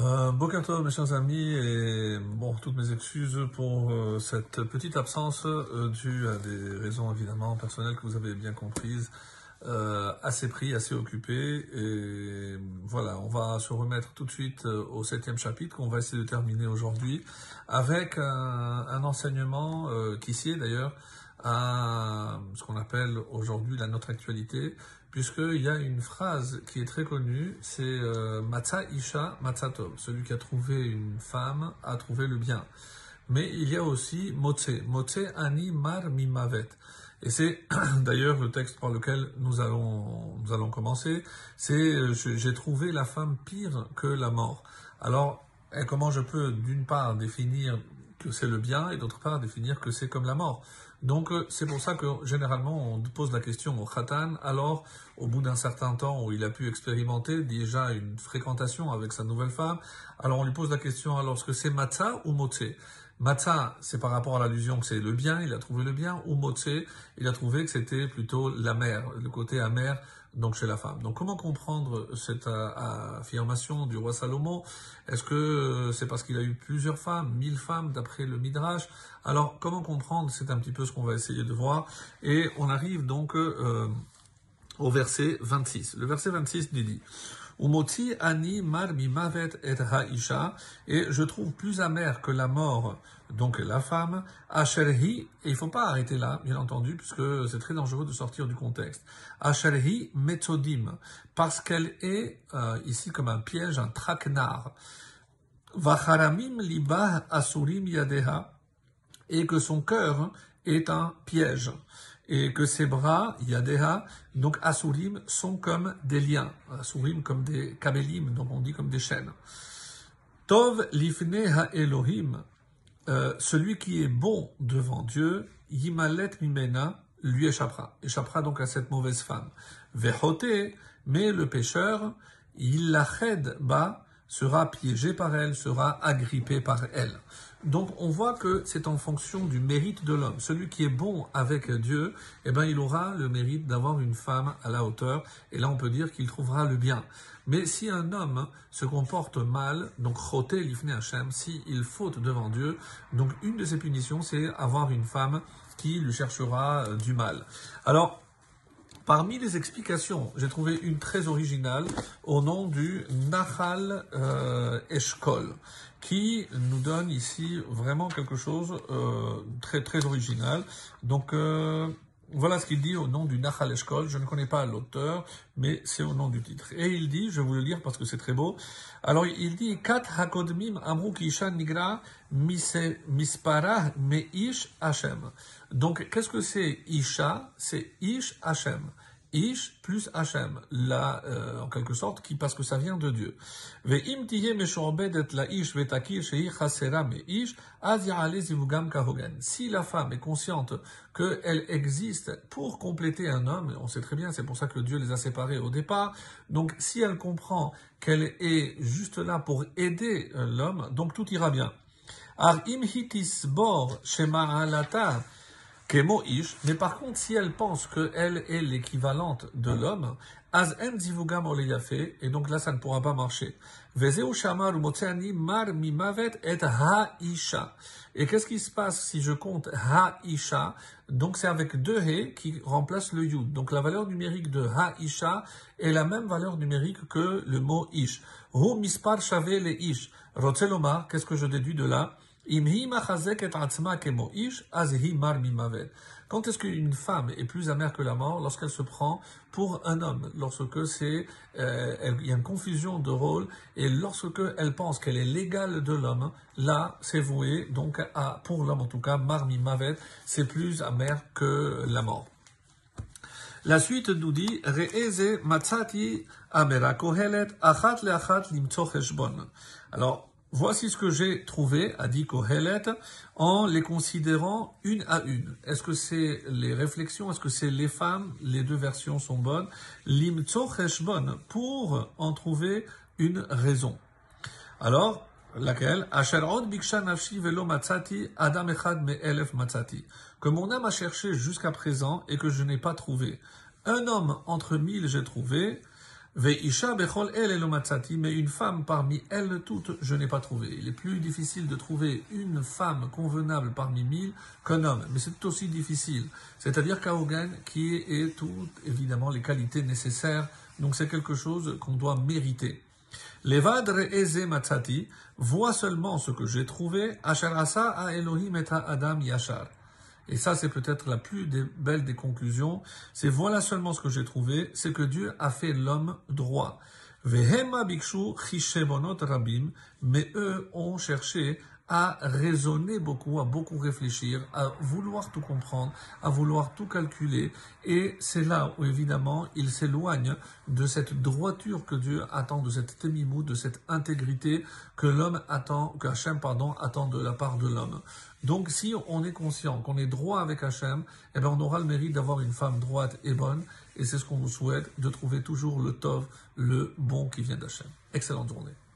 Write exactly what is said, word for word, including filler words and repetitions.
Euh, Boker Tov, mes chers amis, et bon, toutes mes excuses pour euh, cette petite absence euh, due à des raisons évidemment personnelles que vous avez bien comprises, euh, assez pris, assez occupé, et voilà, on va se remettre tout de suite euh, au septième chapitre qu'on va essayer de terminer aujourd'hui avec un, un enseignement euh, qui sied d'ailleurs à ce qu'on appelle aujourd'hui la notre actualité, puisqu'il y a une phrase qui est très connue, c'est euh, Matza Isha Matza Tov, celui qui a trouvé une femme a trouvé le bien. Mais il y a aussi Motse, Motse Ani Mar Mimavet. Et c'est d'ailleurs le texte par lequel nous allons, nous allons commencer, c'est j'ai trouvé la femme pire que la mort. Alors, et comment je peux d'une part définir que c'est le bien et d'autre part définir que c'est comme la mort. Donc c'est pour ça que généralement on pose la question au khatan, alors au bout d'un certain temps où il a pu expérimenter déjà une fréquentation avec sa nouvelle femme, alors on lui pose la question alors est-ce que c'est matza ou motse? Matza, c'est par rapport à l'allusion que c'est le bien, il a trouvé le bien, ou motse, il a trouvé que c'était plutôt l'amer, le côté amer donc chez la femme. Donc comment comprendre cette euh, affirmation du roi Salomon? Est-ce que euh, c'est parce qu'il a eu plusieurs femmes, mille femmes d'après le Midrash? Alors comment comprendre? C'est un petit peu ce qu'on va essayer de voir. Et on arrive donc euh, au verset vingt-six. Le verset vingt-six nous dit Umoti ani mar mimavet et haisha, et je trouve plus amer que la mort, donc la femme, asherhi, et il ne faut pas arrêter là, bien entendu, puisque c'est très dangereux de sortir du contexte. Asherhi metzodim, parce qu'elle est euh, ici comme un piège, un traquenard. Vacharamim libah asurim yadeha, et que son cœur est un piège. Et que ses bras, yadeha, donc asurim, sont comme des liens. Asurim comme des kabelim, donc on dit comme des chaînes. Tov lifne ha Elohim, euh, celui qui est bon devant Dieu, yimalet mimena, lui échappera. Échappera donc à cette mauvaise femme. Vehote, mais le pécheur, yillached ba, sera piégé par elle, sera agrippé par elle. Donc on voit que c'est en fonction du mérite de l'homme. Celui qui est bon avec Dieu, eh ben, il aura le mérite d'avoir une femme à la hauteur, et là on peut dire qu'il trouvera le bien. Mais si un homme se comporte mal, donc choté l'ifne Hashem, si il faute devant Dieu, donc une de ses punitions c'est avoir une femme qui lui cherchera du mal. Alors, parmi les explications, j'ai trouvé une très originale au nom du Nahal euh, Eshkol, qui nous donne ici vraiment quelque chose euh, très très original. Donc euh, voilà ce qu'il dit au nom du Nahal Eshkol. Je ne connais pas l'auteur, mais c'est au nom du titre. Et il dit, je vais vous le lire parce que c'est très beau. Alors il dit Kat hakodmim amru ki isha nigra mispara meish Hashem. Donc qu'est-ce que c'est Isha? C'est Ish Hashem. Ish plus Hashem, là, euh, en quelque sorte, qui, parce que ça vient de Dieu. Si la femme est consciente qu'elle existe pour compléter un homme, on sait très bien, c'est pour ça que Dieu les a séparés au départ, donc si elle comprend qu'elle est juste là pour aider l'homme, donc tout ira bien. Ar im hitisbor shema'alata, mais par contre, si elle pense qu'elle est l'équivalente de l'homme, az en zivugam oleyafe, et donc là, ça ne pourra pas marcher. Vezeu shamar umotseani mar mimavet et haisha. Et qu'est-ce qui se passe si je compte haisha? Donc c'est avec deux he qui remplacent le yud. Donc la valeur numérique de haisha est la même valeur numérique que le mot ish. Hu mispar shave le ish. Rotzelomar, qu'est-ce que je déduis de là? Quand est-ce qu'une femme est plus amère que la mort? Lorsqu'elle se prend pour un homme, lorsque c'est, euh, il y a une confusion de rôle, et lorsque elle pense qu'elle est l'égale de l'homme, là, c'est voué, donc à, pour l'homme en tout cas, marmi mavet, c'est plus amer que la mort. La suite nous dit Re'eze matzati amera kohelet achat leachat limtso cheshbon. Alors, voici ce que j'ai trouvé, a dit Kohelet, en les considérant une à une. Est-ce que c'est les réflexions, est-ce que c'est les femmes? Les deux versions sont bonnes. Limtso cheshbon, pour en trouver une raison. Alors, laquelle? Asher od biksha nafshi velo matzati adam echad me elef matzati. Que mon âme a cherché jusqu'à présent et que je n'ai pas trouvé. Un homme entre mille j'ai trouvé. Ve'isha bechol el elo matzati, mais une femme parmi elles toutes, je n'ai pas trouvé. Il est plus difficile de trouver une femme convenable parmi mille qu'un homme, mais c'est aussi difficile. C'est-à-dire qu'Aogan qui ait toutes, évidemment, les qualités nécessaires, donc c'est quelque chose qu'on doit mériter. Levad re'eze matzati, vois seulement ce que j'ai trouvé, asher asa a Elohim et a Adam yashar. Et ça, c'est peut-être la plus des, belle des conclusions. C'est voilà seulement ce que j'ai trouvé, c'est que Dieu a fait l'homme droit. Vehema bikshu chishebonot rabim, mais eux ont cherché à raisonner beaucoup, à beaucoup réfléchir, à vouloir tout comprendre, à vouloir tout calculer. Et c'est là où, évidemment, ils s'éloignent de cette droiture que Dieu attend, de cette témimou, de cette intégrité que l'homme attend, que Hachem, pardon, attend de la part de l'homme. Donc, si on est conscient qu'on est droit avec Hachem, eh bien, on aura le mérite d'avoir une femme droite et bonne. Et c'est ce qu'on vous souhaite, de trouver toujours le tov, le bon qui vient d'Hachem. Excellente journée.